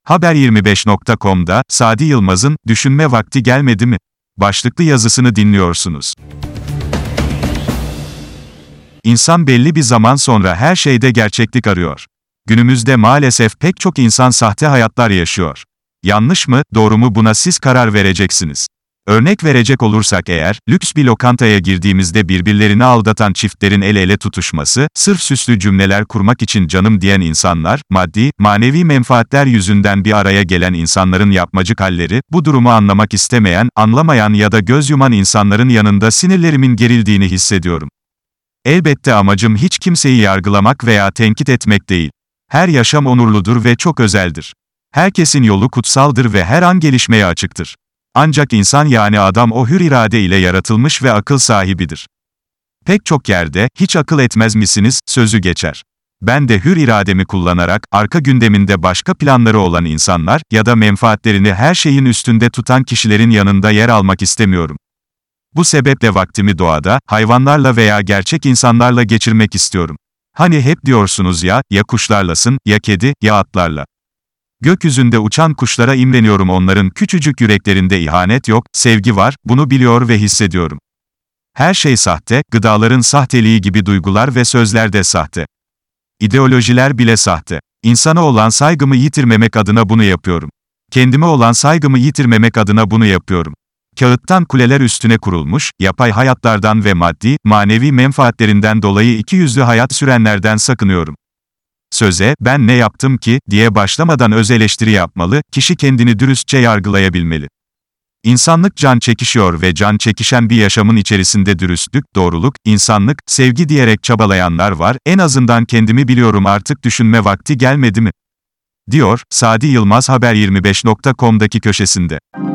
Haber25.com'da Sadi Yılmaz'ın "Düşünme Vakti Gelmedi mi?" başlıklı yazısını dinliyorsunuz. İnsan belli bir zaman sonra her şeyde gerçeklik arıyor. Günümüzde maalesef pek çok insan sahte hayatlar yaşıyor. Yanlış mı, doğru mu, buna siz karar vereceksiniz. Örnek verecek olursak eğer, lüks bir lokantaya girdiğimizde birbirlerini aldatan çiftlerin el ele tutuşması, sırf süslü cümleler kurmak için canım diyen insanlar, maddi, manevi menfaatler yüzünden bir araya gelen insanların yapmacık halleri, bu durumu anlamak istemeyen, anlamayan ya da göz yuman insanların yanında sinirlerimin gerildiğini hissediyorum. Elbette amacım hiç kimseyi yargılamak veya tenkit etmek değil. Her yaşam onurludur ve çok özeldir. Herkesin yolu kutsaldır ve her an gelişmeye açıktır. Ancak insan yani adam o hür irade ile yaratılmış ve akıl sahibidir. Pek çok yerde, hiç akıl etmez misiniz, sözü geçer. Ben de hür irademi kullanarak, arka gündeminde başka planları olan insanlar ya da menfaatlerini her şeyin üstünde tutan kişilerin yanında yer almak istemiyorum. Bu sebeple vaktimi doğada, hayvanlarla veya gerçek insanlarla geçirmek istiyorum. Hani hep diyorsunuz ya, ya kuşlarlasın, ya kedi, ya atlarla. Gökyüzünde uçan kuşlara imreniyorum, onların küçücük yüreklerinde ihanet yok, sevgi var, bunu biliyor ve hissediyorum. Her şey sahte, gıdaların sahteliği gibi duygular ve sözler de sahte. İdeolojiler bile sahte. İnsana olan saygımı yitirmemek adına bunu yapıyorum. Kendime olan saygımı yitirmemek adına bunu yapıyorum. Kağıttan kuleler üstüne kurulmuş, yapay hayatlardan ve maddi, manevi menfaatlerinden dolayı ikiyüzlü hayat sürenlerden sakınıyorum. Söze, "Ben ne yaptım ki?" diye başlamadan öz eleştiri yapmalı, kişi kendini dürüstçe yargılayabilmeli. İnsanlık can çekişiyor ve can çekişen bir yaşamın içerisinde dürüstlük, doğruluk, insanlık, sevgi diyerek çabalayanlar var, en azından kendimi biliyorum, artık düşünme vakti gelmedi mi? Diyor, Sadi Yılmaz Haber25.com'daki köşesinde.